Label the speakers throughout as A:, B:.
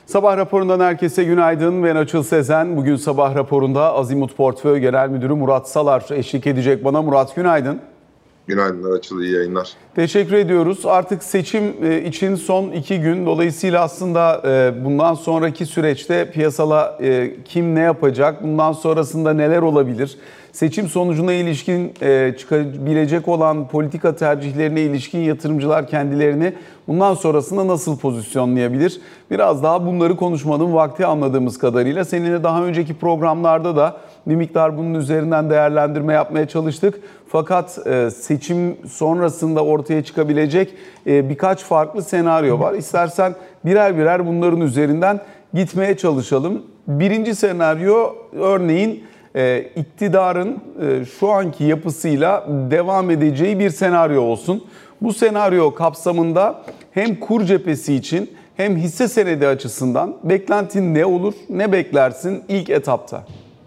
A: Sabah raporundan herkese günaydın. Ben Açıl Sezen. Bugün sabah raporunda Azimut Portföy Genel Müdürü Murat Salar eşlik edecek bana. Murat, günaydın.
B: Günaydınlar Açıl, iyi yayınlar.
A: Teşekkür ediyoruz. Artık seçim için son 2 gün. Dolayısıyla aslında bundan sonraki süreçte piyasala kim ne yapacak, bundan sonrasında neler olabilir? Seçim sonucuna ilişkin çıkabilecek olan politika tercihlerine ilişkin yatırımcılar kendilerini bundan sonrasında nasıl pozisyonlayabilir? Biraz daha bunları konuşmanın vakti anladığımız kadarıyla. Seninle daha önceki programlarda da bir miktar bunun üzerinden değerlendirme yapmaya çalıştık. Fakat seçim sonrasında ortaya çıkabilecek birkaç farklı senaryo var. İstersen birer birer bunların üzerinden gitmeye çalışalım. Birinci senaryo örneğin iktidarın şu anki yapısıyla devam edeceği bir senaryo olsun. Bu senaryo kapsamında hem kur cephesi için hem hisse senedi açısından beklentin ne olur, ne beklersin ilk etapta?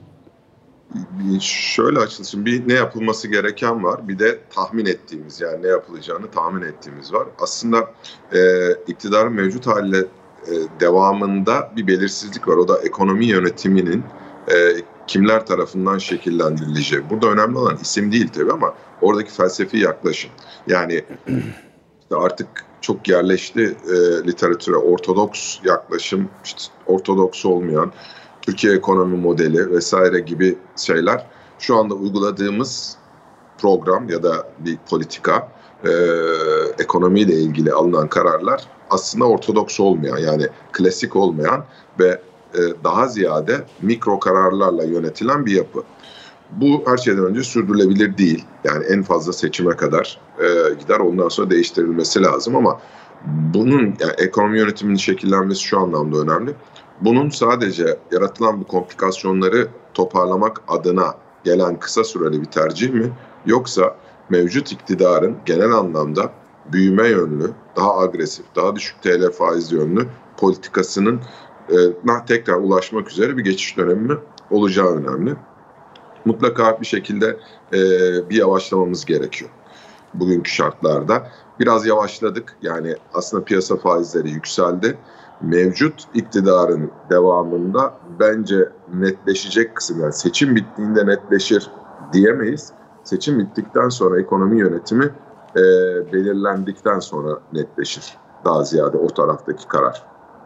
B: Şöyle açılsın, bir ne yapılması gereken var, bir de tahmin ettiğimiz, yani ne yapılacağını tahmin ettiğimiz var. Aslında iktidarın mevcut haliyle devamında bir belirsizlik var. O da ekonomi yönetiminin kimler tarafından şekillendirileceği. Burada önemli olan isim değil tabii ama oradaki felsefi yaklaşım. Yani işte artık çok yerleşti literatüre ortodoks yaklaşım, işte ortodoks olmayan Türkiye ekonomi modeli vesaire gibi şeyler. Şu anda uyguladığımız program ya da bir politika, ekonomiyle ilgili alınan kararlar aslında ortodoks olmayan, yani klasik olmayan ve daha ziyade mikro kararlarla yönetilen bir yapı. Bu her şeyden önce sürdürülebilir değil. Yani en fazla seçime kadar gider, ondan sonra değiştirilmesi lazım ama bunun, yani ekonomi yönetiminin şekillenmesi şu anlamda önemli. Bunun sadece yaratılan bu komplikasyonları toparlamak adına gelen kısa süreli bir tercih mi? Yoksa mevcut iktidarın genel anlamda büyüme yönlü, daha agresif, daha düşük TL faizli yönlü politikasının tekrar ulaşmak üzere bir geçiş dönemi mi olacağı önemli. Mutlaka bir şekilde bir yavaşlamamız gerekiyor bugünkü şartlarda. Biraz yavaşladık, yani aslında piyasa faizleri yükseldi. Mevcut iktidarın devamında bence netleşecek kısım, yani seçim bittiğinde netleşir diyemeyiz. Seçim bittikten sonra ekonomi yönetimi belirlendikten sonra netleşir daha ziyade o taraftaki karar.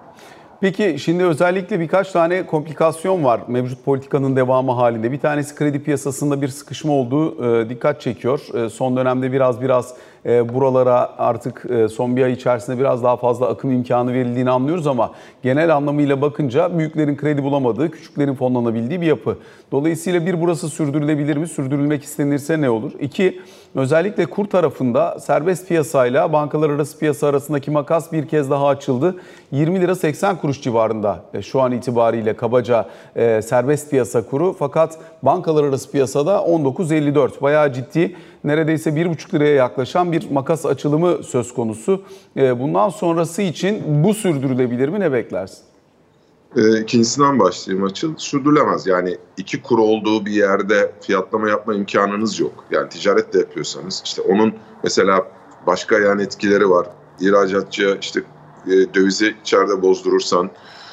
A: Peki şimdi özellikle birkaç tane komplikasyon var mevcut politikanın devamı halinde. Bir tanesi kredi piyasasında bir sıkışma olduğu dikkat çekiyor. Son dönemde biraz buralara artık son bir ay içerisinde biraz daha fazla akım imkanı verildiğini anlıyoruz ama genel anlamıyla bakınca büyüklerin kredi bulamadığı, küçüklerin fonlanabildiği bir yapı. Dolayısıyla burası sürdürülebilir mi? Sürdürülmek istenirse ne olur? 2, özellikle kur tarafında serbest piyasayla bankalar arası piyasa arasındaki makas bir kez daha açıldı. 20 lira 80 kuruş civarında şu an itibariyle kabaca serbest piyasa kuru. Fakat bankalar arası piyasada 19.54. Bayağı ciddi, neredeyse 1,5 liraya yaklaşan bir makas açılımı söz konusu. Bundan sonrası için bu sürdürülebilir mi? Ne beklersin?
B: İkincisinden başlayayım Açıl. Sürdürülemez. Yani iki kur olduğu bir yerde fiyatlama yapma imkanınız yok. Yani ticaret de yapıyorsanız işte onun mesela başka yan etkileri var. İhracatçıya işte dövizi içeride bozdurursan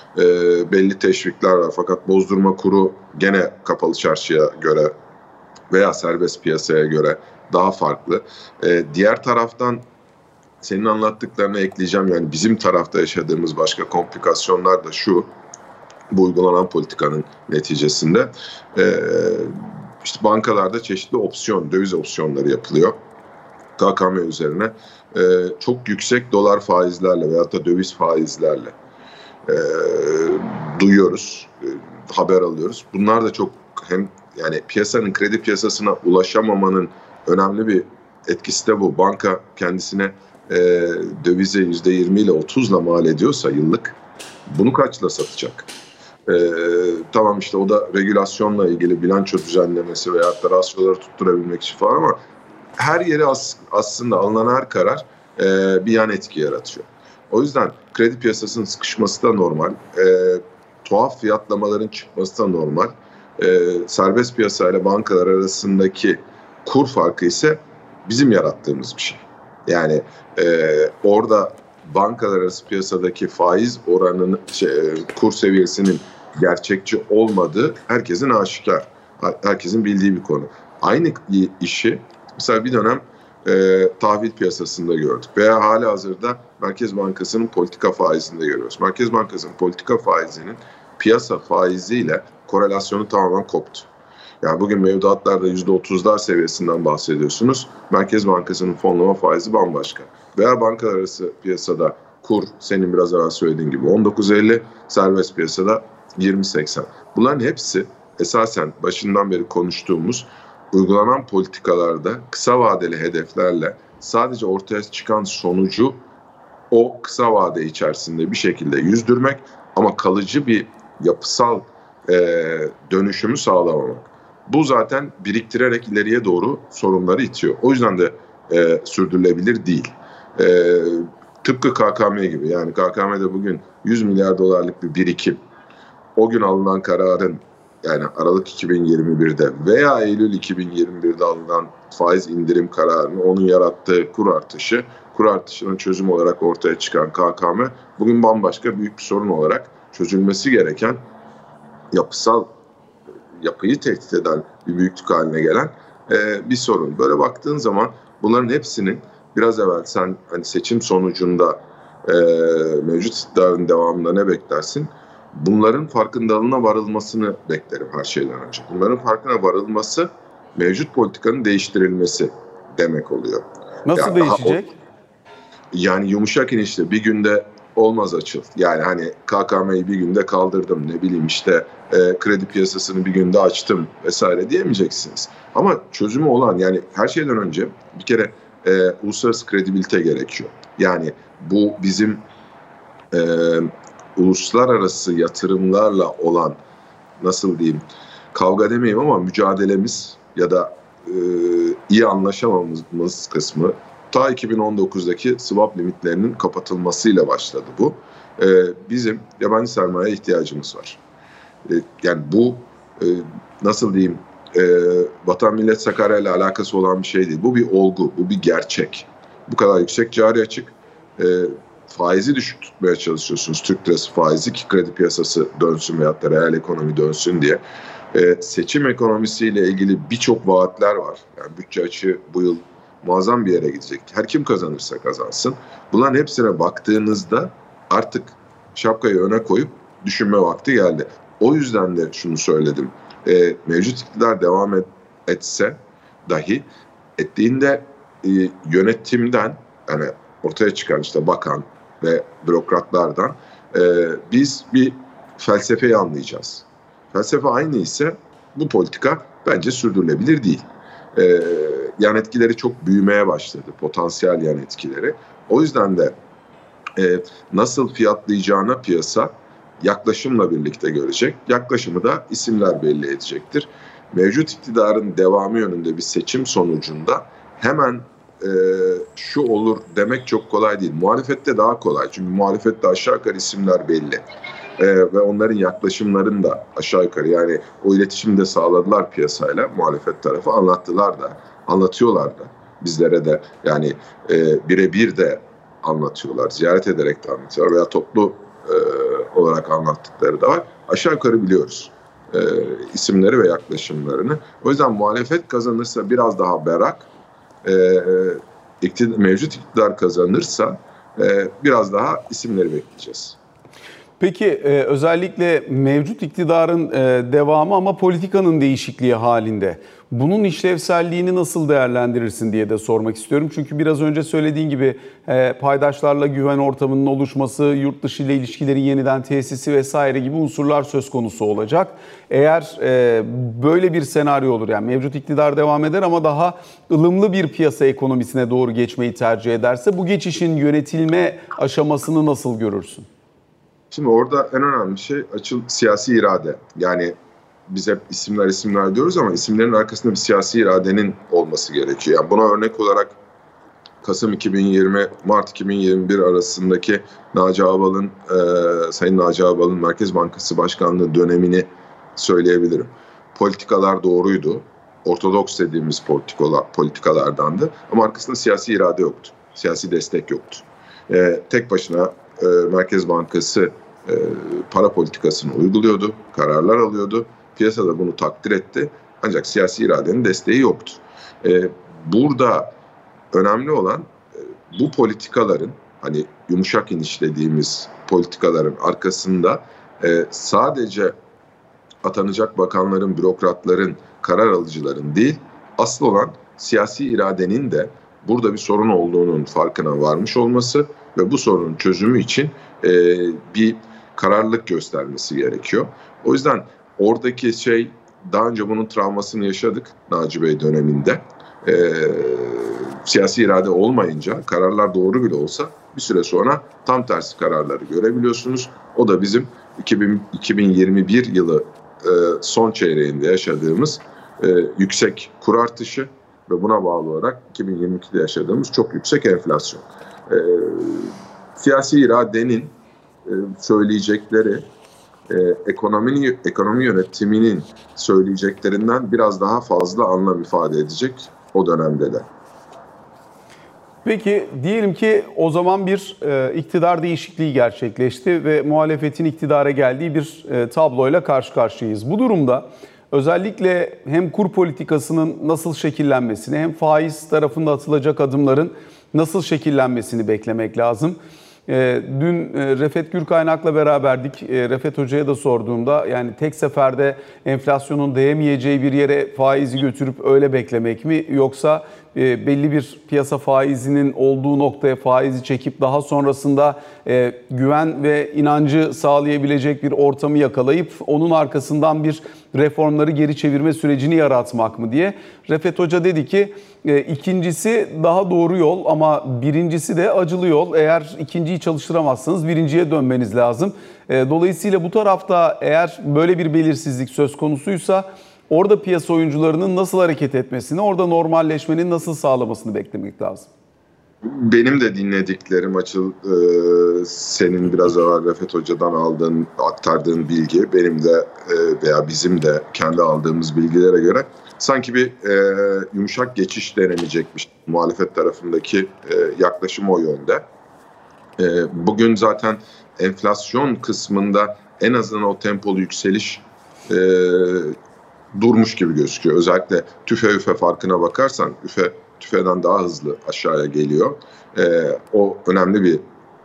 B: belli teşvikler var. Fakat bozdurma kuru gene kapalı çarşıya göre veya serbest piyasaya göre daha farklı. Diğer taraftan senin anlattıklarına ekleyeceğim, yani bizim tarafta yaşadığımız başka komplikasyonlar da şu: bu uygulanan politikanın neticesinde işte bankalarda çeşitli opsiyon, döviz opsiyonları yapılıyor. KKM üzerine çok yüksek dolar faizlerle veyahut da döviz faizlerle duyuyoruz, haber alıyoruz. Bunlar da çok, hem yani piyasanın, kredi piyasasına ulaşamamanın önemli bir etkisi de bu. Banka kendisine dövize %20 ile 30'la mal ediyorsa yıllık, bunu kaçla satacak? Tamam, işte o da regülasyonla ilgili bilanço düzenlemesi veya da rasyoları tutturabilmek için falan ama her yeri aslında alınan her karar bir yan etki yaratıyor. O yüzden kredi piyasasının sıkışması da normal. Tuhaf fiyatlamaların çıkması da normal. Serbest piyasayla bankalar arasındaki kur farkı ise bizim yarattığımız bir şey. Yani orada bankalar arası piyasadaki faiz oranının kur seviyesinin gerçekçi olmadığı herkesin aşikar. Herkesin bildiği bir konu. Aynı işi mesela bir dönem tahvil piyasasında gördük veya halihazırda Merkez Bankası'nın politika faizinde görüyoruz. Merkez Bankası'nın politika faizinin piyasa faiziyle korelasyonu tamamen koptu. Yani bugün mevduatlarda %30'lar seviyesinden bahsediyorsunuz. Merkez Bankası'nın fonlama faizi bambaşka. Veya bankalar arası piyasada kur senin biraz evvel söylediğin gibi 19.50, serbest piyasada 20.80. Bunların hepsi esasen başından beri konuştuğumuz uygulanan politikalarda kısa vadeli hedeflerle sadece ortaya çıkan sonucu o kısa vade içerisinde bir şekilde yüzdürmek ama kalıcı bir yapısal dönüşümü sağlamamak. Bu zaten biriktirerek ileriye doğru sorunları itiyor. O yüzden de sürdürülebilir değil. Tıpkı KKM gibi, yani KKM'de bugün 100 milyar dolarlık bir birikim, o gün alınan kararın, yani Aralık 2021'de veya Eylül 2021'de alınan faiz indirim kararının onun yarattığı kur artışının çözüm olarak ortaya çıkan KKM bugün bambaşka büyük bir sorun olarak çözülmesi gereken, yapısal yapıyı tehdit eden bir büyüklük haline gelen bir sorun. Böyle baktığın zaman bunların hepsinin biraz evvel sen hani seçim sonucunda mevcut iktidarın devamında ne beklersin? Bunların farkındalığına varılmasını beklerim her şeyden önce. Bunların farkına varılması mevcut politikanın değiştirilmesi demek oluyor.
A: Nasıl değişecek?
B: Yani yumuşak inişte bir günde olmaz Açıl. Yani hani KKM'yi bir günde kaldırdım, ne bileyim işte kredi piyasasını bir günde açtım vesaire diyemeyeceksiniz. Ama çözümü olan, yani her şeyden önce bir kere uluslararası kredibilite gerekiyor. Yani bu bizim uluslararası yatırımlarla olan, nasıl diyeyim, kavga demeyeyim ama mücadelemiz ya da iyi anlaşamamamız kısmı ta 2019'daki swap limitlerinin kapatılmasıyla başladı bu. Bizim yabancı sermaye ihtiyacımız var. Yani bu nasıl diyeyim, Vatan Millet Sakarya ile alakası olan bir şey değil. Bu bir olgu, bu bir gerçek. Bu kadar yüksek cari açık, faizi düşük tutmaya çalışıyorsunuz. Türk lirası faizi ki kredi piyasası dönsün veyahut da reel ekonomi dönsün diye. Seçim ekonomisiyle ilgili birçok vaatler var. Yani bütçe açığı bu yıl muazzam bir yere gidecek. Her kim kazanırsa kazansın. Bunların hepsine baktığınızda artık şapkayı öne koyup düşünme vakti geldi. O yüzden de şunu söyledim. Mevcut iktidar devam etse dahi ettiğinde yönetimden, yani ortaya çıkan işte bakan ve bürokratlardan biz bir felsefeyi anlayacağız. Felsefe aynı ise bu politika bence sürdürülebilir değil. Yan etkileri çok büyümeye başladı, potansiyel yan etkileri. O yüzden de nasıl fiyatlayacağına piyasa yaklaşımla birlikte görecek. Yaklaşımı da isimler belli edecektir. Mevcut iktidarın devamı yönünde bir seçim sonucunda hemen şu olur demek çok kolay değil. Muhalefette daha kolay. Çünkü muhalefette aşağı yukarı isimler belli. Ve onların yaklaşımlarını da aşağı yukarı, yani o iletişimi de sağladılar piyasayla, muhalefet tarafı anlattılar da, anlatıyorlar da bizlere de, yani birebir de anlatıyorlar, ziyaret ederek de anlatıyorlar veya toplu olarak anlattıkları da var. Aşağı yukarı biliyoruz isimleri ve yaklaşımlarını. O yüzden muhalefet kazanırsa biraz daha berrak, mevcut iktidar kazanırsa biraz daha isimleri bekleyeceğiz.
A: Peki özellikle mevcut iktidarın devamı ama politikanın değişikliği halinde bunun işlevselliğini nasıl değerlendirirsin diye de sormak istiyorum. Çünkü biraz önce söylediğin gibi paydaşlarla güven ortamının oluşması, yurt dışı ile ilişkilerin yeniden tesisi vesaire gibi unsurlar söz konusu olacak. Eğer böyle bir senaryo olur, yani mevcut iktidar devam eder ama daha ılımlı bir piyasa ekonomisine doğru geçmeyi tercih ederse bu geçişin yönetilme aşamasını nasıl görürsün?
B: Şimdi orada en önemli şey siyasi irade. Yani biz hep isimler diyoruz ama isimlerin arkasında bir siyasi iradenin olması gerekiyor. Yani buna örnek olarak Kasım 2020, Mart 2021 arasındaki Sayın Naci Ağbal'ın Merkez Bankası Başkanlığı dönemini söyleyebilirim. Politikalar doğruydu. Ortodoks dediğimiz politikalardandı. Ama arkasında siyasi irade yoktu. Siyasi destek yoktu. Tek başına Merkez Bankası para politikasını uyguluyordu, kararlar alıyordu. Piyasa da bunu takdir etti. Ancak siyasi iradenin desteği yoktu. Burada önemli olan bu politikaların, hani yumuşak iniş dediğimiz politikaların arkasında sadece atanacak bakanların, bürokratların, karar alıcıların değil, asıl olan siyasi iradenin de burada bir sorun olduğunun farkına varmış olması ve bu sorunun çözümü için bir kararlılık göstermesi gerekiyor. O yüzden oradaki daha önce bunun travmasını yaşadık Naci Bey döneminde. Siyasi irade olmayınca kararlar doğru bile olsa bir süre sonra tam tersi kararları görebiliyorsunuz. O da bizim 2021 yılı son çeyreğinde yaşadığımız yüksek kur artışı ve buna bağlı olarak 2022'de yaşadığımız çok yüksek enflasyon. Siyasi iradenin söyleyecekleri ekonomi yönetiminin söyleyeceklerinden biraz daha fazla anlam ifade edecek o dönemde de.
A: Peki diyelim ki o zaman bir iktidar değişikliği gerçekleşti ve muhalefetin iktidara geldiği bir tabloyla karşı karşıyayız. Bu durumda özellikle hem kur politikasının nasıl şekillenmesini hem faiz tarafında atılacak adımların nasıl şekillenmesini beklemek lazım. Dün Refet Gürkaynak'la beraberdik. Refet Hoca'ya da sorduğumda yani tek seferde enflasyonun değemeyeceği bir yere faizi götürüp öyle beklemek mi? Yoksa belli bir piyasa faizinin olduğu noktaya faizi çekip daha sonrasında güven ve inancı sağlayabilecek bir ortamı yakalayıp onun arkasından bir reformları geri çevirme sürecini yaratmak mı diye. Refet Hoca dedi ki ikincisi daha doğru yol ama birincisi de acılı yol. Eğer ikinciyi çalıştıramazsanız birinciye dönmeniz lazım. Dolayısıyla bu tarafta eğer böyle bir belirsizlik söz konusuysa orada piyasa oyuncularının nasıl hareket etmesini, orada normalleşmenin nasıl sağlamasını beklemek lazım.
B: Benim de dinlediklerim Açıl, senin biraz evvel Refet Hoca'dan aktardığın bilgi, benim de veya bizim de kendi aldığımız bilgilere göre sanki bir yumuşak geçiş denemeyecekmiş muhalefet tarafındaki yaklaşım o yönde. Bugün zaten enflasyon kısmında en azından o tempolu yükseliş durmuş gibi gözüküyor. Özellikle tüfe farkına bakarsan tüfeden daha hızlı aşağıya geliyor. O önemli bir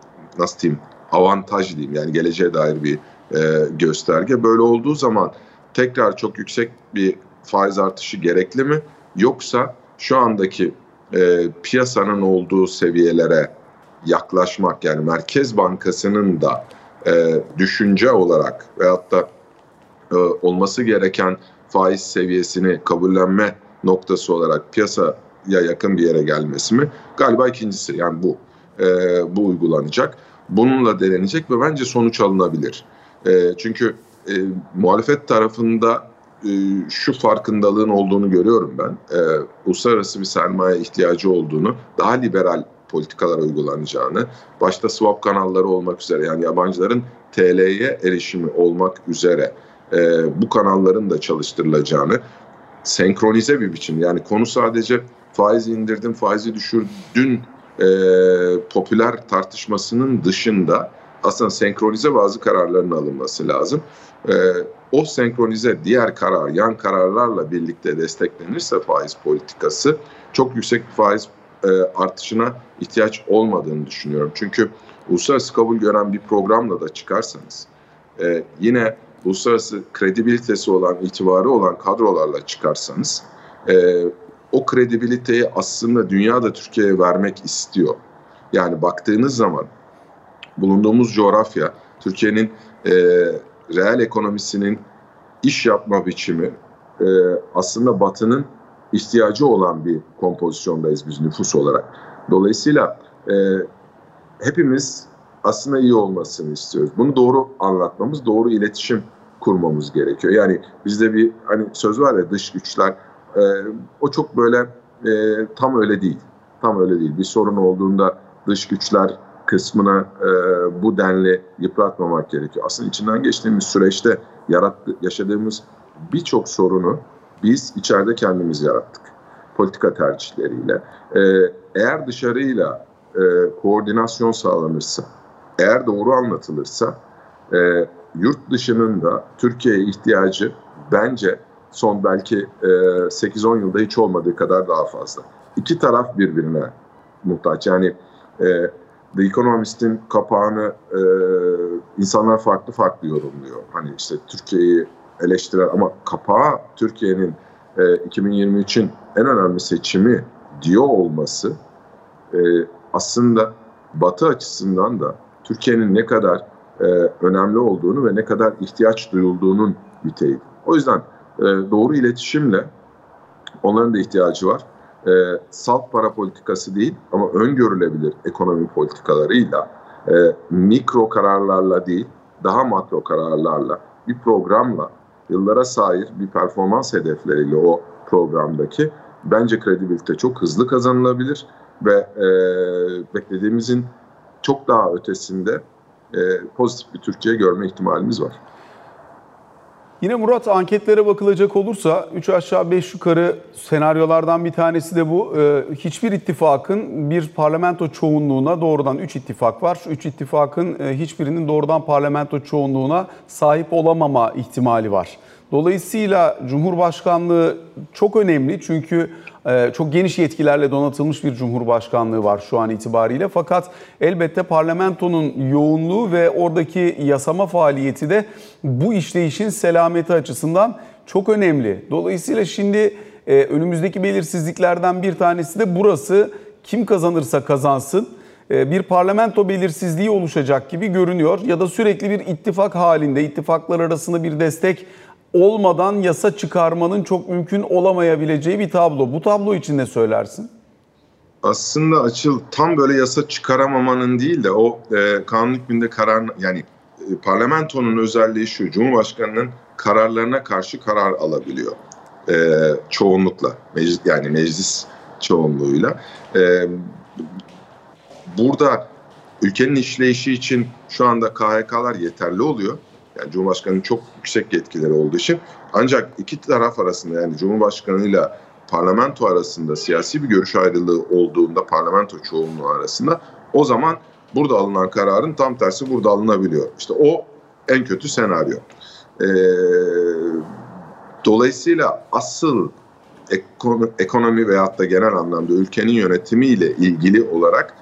B: avantaj diyeyim, yani geleceğe dair bir gösterge. Böyle olduğu zaman tekrar çok yüksek bir faiz artışı gerekli mi? Yoksa şu andaki piyasanın olduğu seviyelere yaklaşmak, yani Merkez Bankası'nın da düşünce olarak veyahut da olması gereken faiz seviyesini kabullenme noktası olarak piyasaya yakın bir yere gelmesi mi? Galiba ikincisi, yani bu uygulanacak. Bununla denenecek ve bence sonuç alınabilir. Çünkü muhalefet tarafında şu farkındalığın olduğunu görüyorum ben. Uluslararası bir sermaye ihtiyacı olduğunu, daha liberal politikalar uygulanacağını, başta swap kanalları olmak üzere, yani yabancıların TL'ye erişimi olmak üzere bu kanalların da çalıştırılacağını, senkronize bir biçim, yani konu sadece faizi indirdin, faizi düşürdün popüler tartışmasının dışında aslında senkronize bazı kararların alınması lazım. O senkronize diğer yan kararlarla birlikte desteklenirse faiz politikası, çok yüksek bir faiz artışına ihtiyaç olmadığını düşünüyorum. Çünkü uluslararası kabul gören bir programla da çıkarsanız, yine uluslararası kredibilitesi olan, itibarı olan kadrolarla çıkarsanız, o kredibiliteyi aslında dünya da Türkiye'ye vermek istiyor. Yani baktığınız zaman bulunduğumuz coğrafya, Türkiye'nin reel ekonomisinin iş yapma biçimi aslında Batı'nın ihtiyacı olan bir kompozisyondayız biz nüfus olarak. Dolayısıyla hepimiz aslında iyi olmasını istiyoruz. Bunu doğru anlatmamız, doğru iletişim kurmamız gerekiyor. Yani bizde bir söz var ya, dış güçler, o çok böyle tam öyle değil. Tam öyle değil. Bir sorun olduğunda dış güçler kısmına bu denli yıpratmamak gerekiyor. Aslında içinden geçtiğimiz süreçte yaşadığımız birçok sorunu biz içeride kendimiz yarattık. Politika tercihleriyle. Eğer dışarıyla koordinasyon sağlanırsa, eğer doğru anlatılırsa yurt dışının da Türkiye'ye ihtiyacı bence son belki 8-10 yılda hiç olmadığı kadar daha fazla. İki taraf birbirine muhtaç. Yani The Economist'in kapağını insanlar farklı farklı yorumluyor. Hani işte Türkiye'yi eleştiren ama kapağı Türkiye'nin 2023'ün en önemli seçimi diyor olması aslında Batı açısından da Türkiye'nin ne kadar önemli olduğunu ve ne kadar ihtiyaç duyulduğunun bir teyidi. O yüzden doğru iletişimle onların da ihtiyacı var. Salt para politikası değil ama öngörülebilir ekonomi politikalarıyla, mikro kararlarla değil, daha makro kararlarla, bir programla, yıllara sahip bir performans hedefleriyle o programdaki bence kredibilite çok hızlı kazanılabilir ve beklediğimizin çok daha ötesinde pozitif bir Türkiye görme ihtimalimiz var.
A: Yine Murat, anketlere bakılacak olursa 3 aşağı 5 yukarı senaryolardan bir tanesi de bu. Hiçbir ittifakın bir parlamento çoğunluğuna doğrudan 3 ittifak var. 3 ittifakın hiçbirinin doğrudan parlamento çoğunluğuna sahip olamama ihtimali var. Dolayısıyla Cumhurbaşkanlığı çok önemli çünkü çok geniş yetkilerle donatılmış bir Cumhurbaşkanlığı var şu an itibariyle. Fakat elbette parlamentonun yoğunluğu ve oradaki yasama faaliyeti de bu işleyişin selameti açısından çok önemli. Dolayısıyla şimdi önümüzdeki belirsizliklerden bir tanesi de burası. Kim kazanırsa kazansın bir parlamento belirsizliği oluşacak gibi görünüyor. Ya da sürekli bir ittifak halinde, ittifaklar arasında bir destek olmadan yasa çıkarmanın çok mümkün olamayabileceği bir tablo. Bu tablo için ne söylersin?
B: Aslında Açıl, tam böyle yasa çıkaramamanın değil de o kanun hükmünde karar, yani parlamentonun özelliği şu: Cumhurbaşkanı'nın kararlarına karşı karar alabiliyor. Çoğunlukla, yani meclis çoğunluğuyla. Burada ülkenin işleyişi için şu anda KHK'lar yeterli oluyor. Yani Cumhurbaşkanı'nın çok yüksek yetkileri olduğu için. Ancak iki taraf arasında, yani Cumhurbaşkanı'yla parlamento arasında siyasi bir görüş ayrılığı olduğunda, parlamento çoğunluğu arasında, o zaman burada alınan kararın tam tersi burada alınabiliyor. İşte o en kötü senaryo. Dolayısıyla asıl ekonomi veyahut da genel anlamda ülkenin yönetimiyle ilgili olarak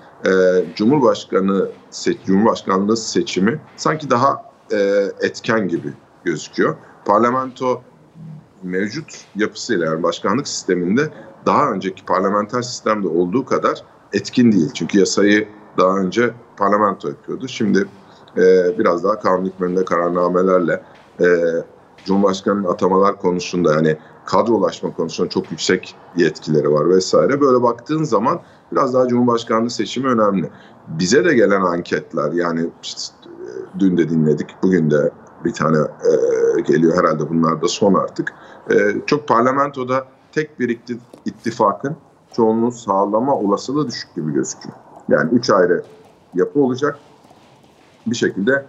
B: Cumhurbaşkanlığı seçimi sanki daha etken gibi gözüküyor. Parlamento mevcut yapısıyla, yani başkanlık sisteminde daha önceki parlamenter sistemde olduğu kadar etkin değil. Çünkü yasayı daha önce parlamento yapıyordu. Şimdi biraz daha kanun hükmünde kararnamelerle Cumhurbaşkanı'nın atamalar konusunda, yani kadrolaşma konusunda çok yüksek yetkileri var vesaire. Böyle baktığın zaman biraz daha Cumhurbaşkanlığı seçimi önemli. Bize de gelen anketler, yani işte, dün de dinledik, bugün de bir tane geliyor herhalde, bunlar da son artık. Çok parlamentoda tek bir ittifakın çoğunluğu sağlama olasılığı düşük gibi gözüküyor. Yani 3 ayrı yapı olacak. Bir şekilde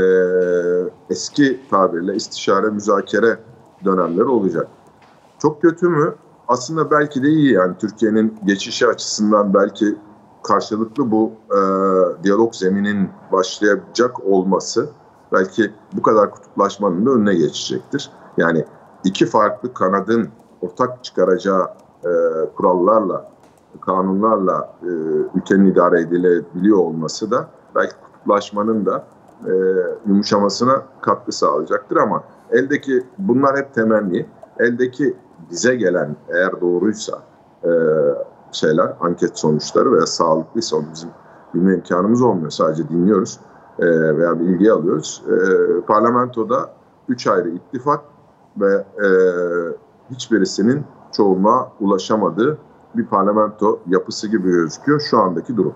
B: eski tabirle istişare, müzakere dönemleri olacak. Çok kötü mü? Aslında belki de iyi, yani Türkiye'nin geçişi açısından belki karşılıklı bu diyalog zeminin başlayacak olması belki bu kadar kutuplaşmanın da önüne geçecektir. Yani iki farklı kanadın ortak çıkaracağı kurallarla, kanunlarla ülkenin idare edilebiliyor olması da belki kutuplaşmanın da yumuşamasına katkı sağlayacaktır. Ama eldeki, bunlar hep temenni, eldeki bize gelen, eğer doğruysa anket sonuçları veya sağlıklıysa, onu bizim bilme imkanımız olmuyor. Sadece dinliyoruz veya bilgi alıyoruz. Parlamentoda 3 ayrı ittifak ve hiçbirisinin çoğunluğa ulaşamadığı bir parlamento yapısı gibi gözüküyor şu andaki durum.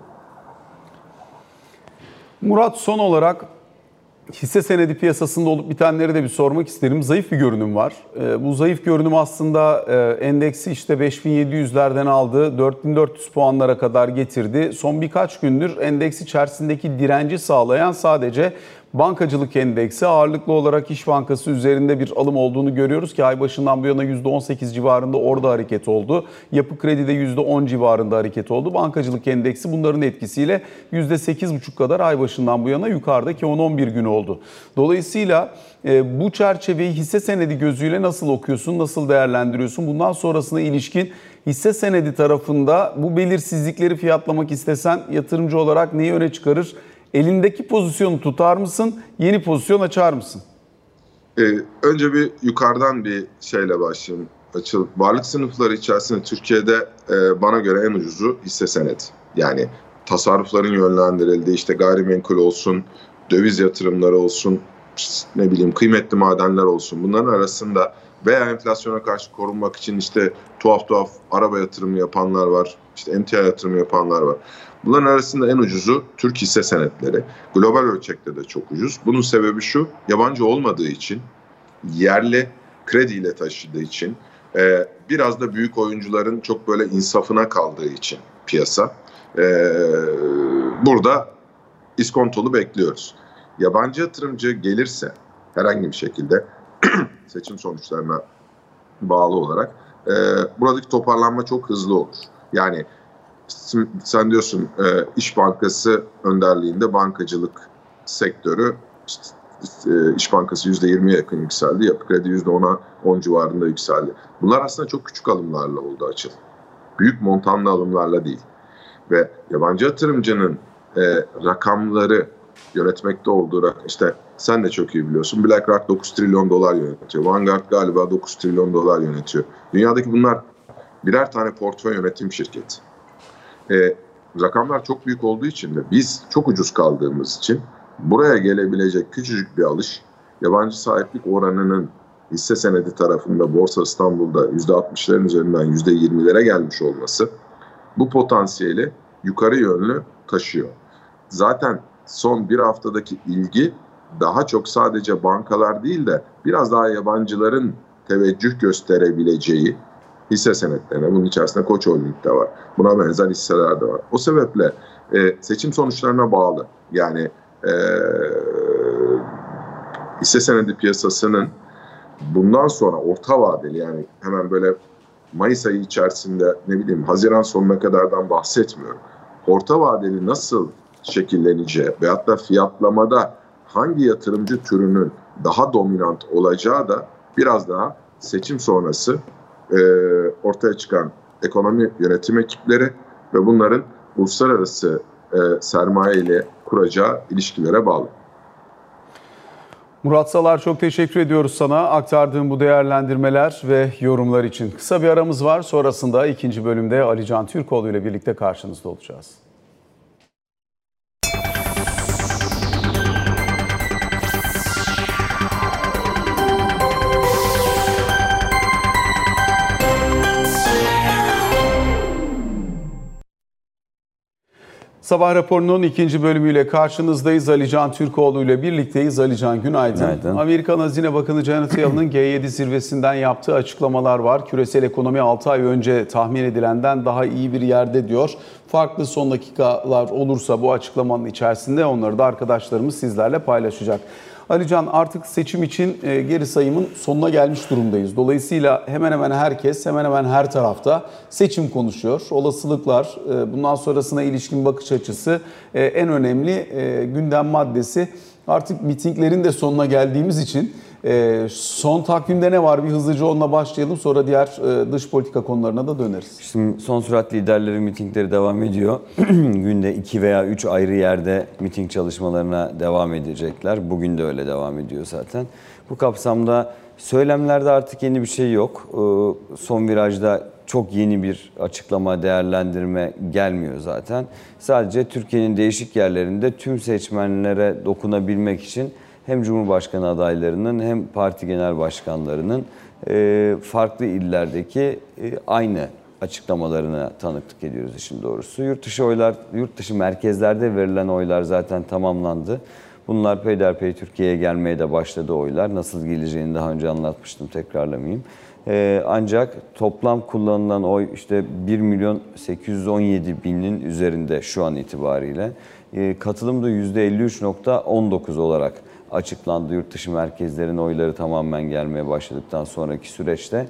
A: Murat, son olarak hisse senedi piyasasında olup bitenleri de bir sormak isterim. Zayıf bir görünüm var. Bu zayıf görünüm aslında endeksi işte 5700'lerden aldı, 4400 puanlara kadar getirdi. Son birkaç gündür endeks içerisindeki direnci sağlayan sadece Bankacılık endeksi ağırlıklı olarak İş Bankası üzerinde bir alım olduğunu görüyoruz ki ay başından bu yana %18 civarında orada hareket oldu. Yapı Kredi'de %10 civarında hareket oldu. Bankacılık endeksi bunların etkisiyle %8,5 kadar ay başından bu yana yukarıda ki 10-11 gün oldu. Dolayısıyla bu çerçeveyi hisse senedi gözüyle nasıl okuyorsun, nasıl değerlendiriyorsun? Bundan sonrasına ilişkin hisse senedi tarafında bu belirsizlikleri fiyatlamak istesen yatırımcı olarak neyi öne çıkarır? Elindeki pozisyonu tutar mısın? Yeni pozisyon açar mısın?
B: Önce bir yukarıdan bir şeyle başlayayım. Varlık sınıfları içerisinde Türkiye'de bana göre en ucuzu hisse senedi. Yani tasarrufların yönlendirildiği işte gayrimenkul olsun, döviz yatırımları olsun, ne bileyim kıymetli madenler olsun. Bunların arasında veya enflasyona karşı korunmak için işte tuhaf araba yatırımı yapanlar var. İşte emtia yatırımı yapanlar var. Bunların arasında en ucuzu Türk hisse senetleri. Global ölçekte de çok ucuz. Bunun sebebi şu, yabancı olmadığı için, yerli krediyle taşıdığı için, biraz da büyük oyuncuların çok böyle insafına kaldığı için piyasa. Burada iskontolu bekliyoruz. Yabancı yatırımcı gelirse herhangi bir şekilde seçim sonuçlarına bağlı olarak buradaki toparlanma çok hızlı olur. Yani sen diyorsun İş Bankası önderliğinde bankacılık sektörü, İş Bankası %20'ye yakın yükseldi. Yapı Kredi %10'a 10 civarında yükseldi. Bunlar aslında çok küçük alımlarla oldu Açıl. Büyük montanlı alımlarla değil. Ve yabancı yatırımcının rakamları yönetmekte olduğu işte sen de çok iyi biliyorsun. BlackRock 9 trilyon dolar yönetiyor. Vanguard galiba 9 trilyon dolar yönetiyor. Dünyadaki bunlar birer tane portföy yönetim şirketi. Rakamlar çok büyük olduğu için de biz çok ucuz kaldığımız için buraya gelebilecek küçücük bir alış, yabancı sahiplik oranının hisse senedi tarafında Borsa İstanbul'da %60'ların üzerinden %20'lere gelmiş olması bu potansiyeli yukarı yönlü taşıyor. Zaten son bir haftadaki ilgi daha çok sadece bankalar değil de biraz daha yabancıların teveccüh gösterebileceği hisse senetlerine, bunun içerisinde Koç Holding de var. Buna benzer hisseler de var. O sebeple seçim sonuçlarına bağlı. Yani hisse senedi piyasasının bundan sonra orta vadeli, yani hemen böyle Mayıs ayı içerisinde ne bileyim Haziran sonuna kadardan bahsetmiyorum. Orta vadeli nasıl şekilleneceği veyahut da fiyatlamada hangi yatırımcı türünün daha dominant olacağı da biraz daha seçim sonrası ortaya çıkan ekonomi yönetim ekipleri ve bunların uluslararası sermaye ile kuracağı ilişkilere bağlı.
A: Murat Salar, çok teşekkür ediyoruz sana aktardığın bu değerlendirmeler ve yorumlar için. Kısa bir aramız var. Sonrasında ikinci bölümde Ali Can Türkoğlu ile birlikte karşınızda olacağız. Sabah raporunun ikinci bölümüyle karşınızdayız. Ali Can Türkoğlu ile birlikteyiz. Ali Can, günaydın. Günaydın. Amerikan Hazine Bakanı Janet Yellen'ın G7 zirvesinden yaptığı açıklamalar var. Küresel ekonomi 6 ay önce tahmin edilenden daha iyi bir yerde diyor. Farklı son dakikalar olursa bu açıklamanın içerisinde onları da arkadaşlarımız sizlerle paylaşacak. Ali Can, artık seçim için geri sayımın sonuna gelmiş durumdayız. Dolayısıyla hemen hemen herkes, hemen hemen her tarafta seçim konuşuyor. Olasılıklar, bundan sonrasına ilişkin bakış açısı en önemli gündem maddesi. Artık mitinglerin de sonuna geldiğimiz için son takvimde ne var? Bir hızlıca onunla başlayalım. Sonra diğer dış politika konularına da döneriz.
C: Şimdi son sürat liderleri mitingleri devam ediyor. Günde 2 veya 3 ayrı yerde miting çalışmalarına devam edecekler. Bugün de öyle devam ediyor zaten. Bu kapsamda söylemlerde artık yeni bir şey yok. Son virajda çok yeni bir açıklama, değerlendirme gelmiyor zaten. Sadece Türkiye'nin değişik yerlerinde tüm seçmenlere dokunabilmek için hem Cumhurbaşkanı adaylarının hem parti genel başkanlarının farklı illerdeki aynı açıklamalarına tanıklık ediyoruz işin doğrusu. Yurt dışı merkezlerde verilen oylar zaten tamamlandı. Bunlar peyderpey Türkiye'ye gelmeye de başladı oylar. Nasıl geleceğini daha önce anlatmıştım, tekrarlamayayım. Ancak toplam kullanılan oy işte 1.817.000'in üzerinde şu an itibariyle. Katılım da %53.19 olarak açıklandı. Yurt dışı merkezlerin oyları tamamen gelmeye başladıktan sonraki süreçte.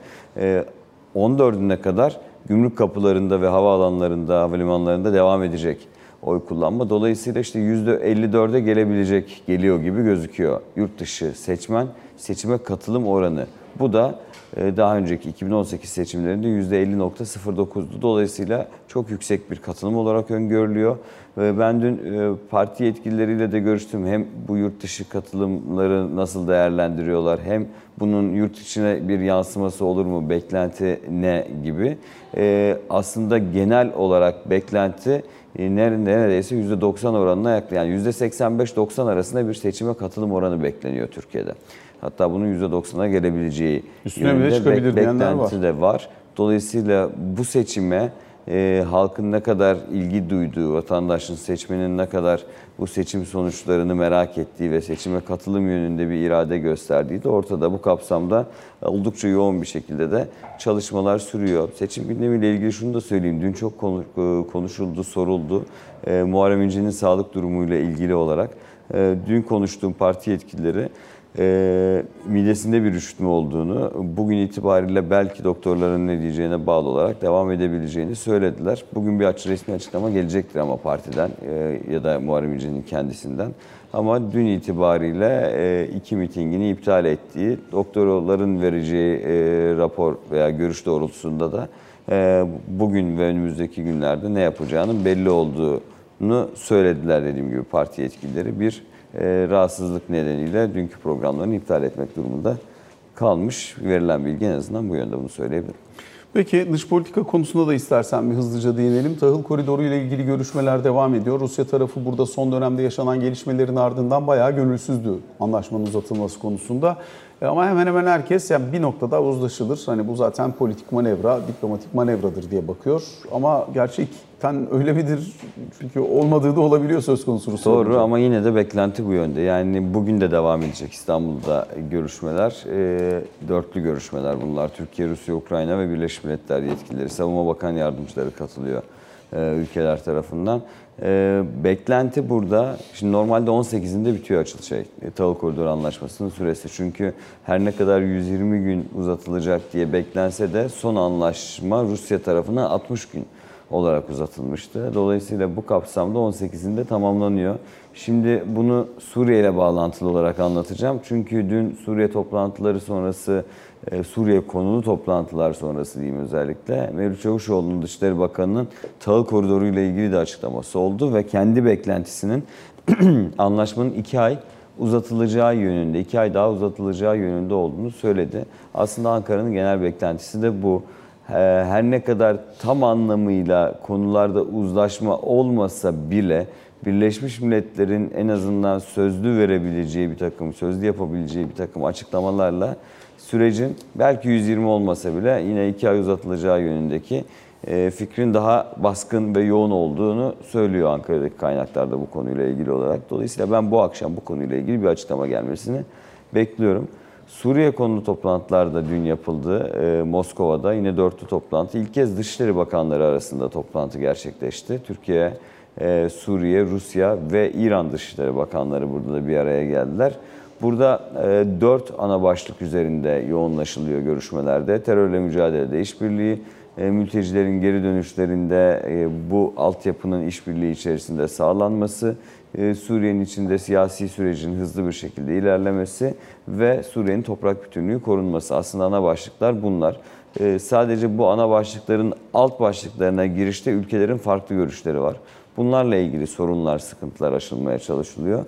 C: 14'üne kadar gümrük kapılarında ve havaalanlarında, havalimanlarında devam edecek oy kullanma. Dolayısıyla işte %54'e geliyor gibi gözüküyor yurt dışı seçime katılım oranı. Bu da daha önceki 2018 seçimlerinde %50.09'du. Dolayısıyla çok yüksek bir katılım olarak öngörülüyor. Ben dün parti yetkilileriyle de görüştüm. Hem bu yurt dışı katılımları nasıl değerlendiriyorlar, hem bunun yurt içine bir yansıması olur mu, beklenti ne gibi. Aslında genel olarak beklenti neredeyse %90 oranına yakın. Yani %85-90 arasında bir seçime katılım oranı bekleniyor Türkiye'de. Hatta bunun %90'a gelebileceği
A: üstüne bile çıkabilir diyenler var.
C: Beklenti de var. Dolayısıyla bu seçime halkın ne kadar ilgi duyduğu, vatandaşın, seçmenin ne kadar bu seçim sonuçlarını merak ettiği ve seçime katılım yönünde bir irade gösterdiği de ortada. Bu kapsamda oldukça yoğun bir şekilde de çalışmalar sürüyor. Seçim gündemiyle ilgili şunu da söyleyeyim. Dün çok konuşuldu, soruldu. Muharrem İnce'nin sağlık durumuyla ilgili olarak. Dün konuştuğum parti yetkilileri midesinde bir üşütme olduğunu, bugün itibariyle belki doktorların ne diyeceğine bağlı olarak devam edebileceğini söylediler. Bugün bir resmi açıklama gelecektir ama partiden ya da Muharrem İnce'nin kendisinden. Ama dün itibariyle 2 mitingini iptal ettiği, doktorların vereceği rapor veya görüş doğrultusunda da bugün ve önümüzdeki günlerde ne yapacağının belli olduğunu söylediler dediğim gibi parti yetkilileri. Bir rahatsızlık nedeniyle dünkü programlarını iptal etmek durumunda kalmış. Verilen bilgi en azından bu yönde, bunu söyleyebilirim.
A: Peki dış politika konusunda da istersen bir hızlıca değinelim. Tahıl koridoru ile ilgili görüşmeler devam ediyor. Rusya tarafı burada son dönemde yaşanan gelişmelerin ardından bayağı gönülsüzdü anlaşmanın uzatılması konusunda. Ama hemen hemen herkes yani bir noktada uzlaşılır. Hani bu zaten politik manevra, diplomatik manevradır diye bakıyor. Ama gerçekten öyle midir? Çünkü olmadığı da olabiliyor söz konusu Rusya.
C: Doğru ama yine de beklenti bu yönde. Yani bugün de devam edecek İstanbul'da görüşmeler. Dörtlü görüşmeler bunlar. Türkiye, Rusya, Ukrayna ve Birleşmiş Milletler yetkilileri. Savunma Bakan Yardımcıları katılıyor ülkeler tarafından. Beklenti burada, şimdi normalde 18'inde bitiyor açılış Tahıl Koridoru Anlaşması'nın süresi. Çünkü her ne kadar 120 gün uzatılacak diye beklense de son anlaşma Rusya tarafına 60 gün olarak uzatılmıştı. Dolayısıyla bu kapsamda 18'inde tamamlanıyor. Şimdi bunu Suriye ile bağlantılı olarak anlatacağım. Çünkü dün Suriye toplantıları sonrası, Suriye konulu toplantılar sonrası diyeyim özellikle, Mevlüt Çavuşoğlu'nun Dışişleri Bakanı'nın tahıl koridoru ile ilgili de açıklaması oldu ve kendi beklentisinin anlaşmanın 2 ay uzatılacağı yönünde, 2 ay daha uzatılacağı yönünde olduğunu söyledi. Aslında Ankara'nın genel beklentisi de bu. Her ne kadar tam anlamıyla konularda uzlaşma olmasa bile Birleşmiş Milletler'in en azından sözlü verebileceği bir takım, sözlü yapabileceği bir takım açıklamalarla sürecin belki 120 olmasa bile yine 2 ay uzatılacağı yönündeki fikrin daha baskın ve yoğun olduğunu söylüyor Ankara'daki kaynaklar da bu konuyla ilgili olarak. Dolayısıyla ben bu akşam bu konuyla ilgili bir açıklama gelmesini bekliyorum. Suriye konulu toplantılar da dün yapıldı. Moskova'da yine dörtlü toplantı. İlk kez Dışişleri Bakanları arasında toplantı gerçekleşti. Türkiye, Suriye, Rusya ve İran Dışişleri Bakanları burada da bir araya geldiler. Burada 4 ana başlık üzerinde yoğunlaşılıyor görüşmelerde. Terörle mücadelede işbirliği, mültecilerin geri dönüşlerinde bu altyapının işbirliği içerisinde sağlanması, Suriye'nin içinde siyasi sürecin hızlı bir şekilde ilerlemesi ve Suriye'nin toprak bütünlüğü korunması. Aslında ana başlıklar bunlar. Sadece bu ana başlıkların alt başlıklarına girişte ülkelerin farklı görüşleri var. Bunlarla ilgili sorunlar, sıkıntılar aşılmaya çalışılıyor.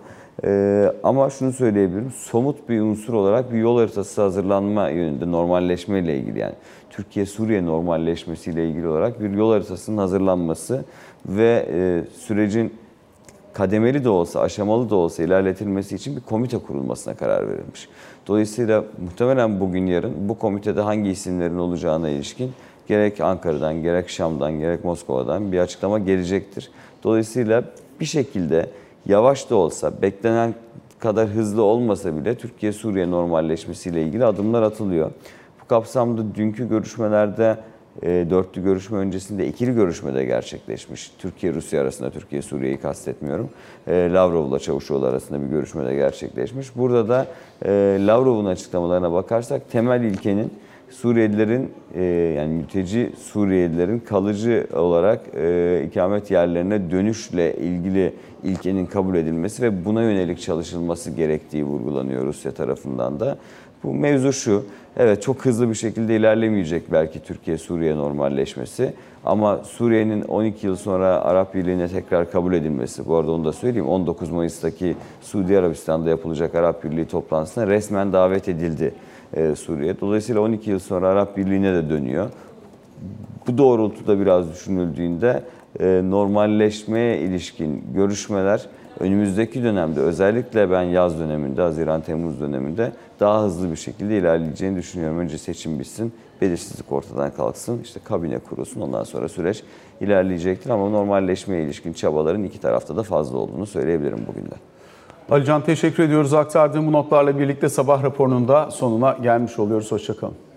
C: Ama şunu söyleyebilirim, somut bir unsur olarak bir yol haritası hazırlanma yönünde, normalleşme ile ilgili, yani Türkiye-Suriye normalleşmesi ile ilgili olarak bir yol haritasının hazırlanması ve sürecin kademeli de olsa, aşamalı da olsa ilerletilmesi için bir komite kurulmasına karar verilmiş. Dolayısıyla muhtemelen bugün yarın bu komitede hangi isimlerin olacağına ilişkin gerek Ankara'dan, gerek Şam'dan, gerek Moskova'dan bir açıklama gelecektir. Dolayısıyla bir şekilde yavaş da olsa, beklenen kadar hızlı olmasa bile Türkiye-Suriye normalleşmesiyle ilgili adımlar atılıyor. Bu kapsamda dünkü görüşmelerde dörtlü görüşme öncesinde ikili görüşme de gerçekleşmiş. Türkiye-Rusya arasında, Türkiye-Suriye'yi kastetmiyorum. Lavrov'la Çavuşoğlu arasında bir görüşme de gerçekleşmiş. Burada da Lavrov'un açıklamalarına bakarsak temel ilkenin Suriyelilerin yani mülteci Suriyelilerin kalıcı olarak ikamet yerlerine dönüşle ilgili ilkenin kabul edilmesi ve buna yönelik çalışılması gerektiği vurgulanıyor Rusya tarafından da. Bu mevzu şu, evet çok hızlı bir şekilde ilerlemeyecek belki Türkiye-Suriye normalleşmesi ama Suriye'nin 12 yıl sonra Arap Birliği'ne tekrar kabul edilmesi, bu arada onu da söyleyeyim, 19 Mayıs'taki Suudi Arabistan'da yapılacak Arap Birliği toplantısına resmen davet edildi Suriye. Dolayısıyla 12 yıl sonra Arap Birliği'ne de dönüyor. Bu doğrultuda biraz düşünüldüğünde normalleşmeye ilişkin görüşmeler önümüzdeki dönemde, özellikle ben yaz döneminde, Haziran-Temmuz döneminde daha hızlı bir şekilde ilerleyeceğini düşünüyorum. Önce seçim bitsin, belirsizlik ortadan kalksın, işte kabine kurulsun, ondan sonra süreç ilerleyecektir. Ama normalleşmeye ilişkin çabaların iki tarafta da fazla olduğunu söyleyebilirim bugün de.
A: Ali Can, teşekkür ediyoruz. Aktardığım bu notlarla birlikte sabah raporunun da sonuna gelmiş oluyoruz. Hoşça kalın.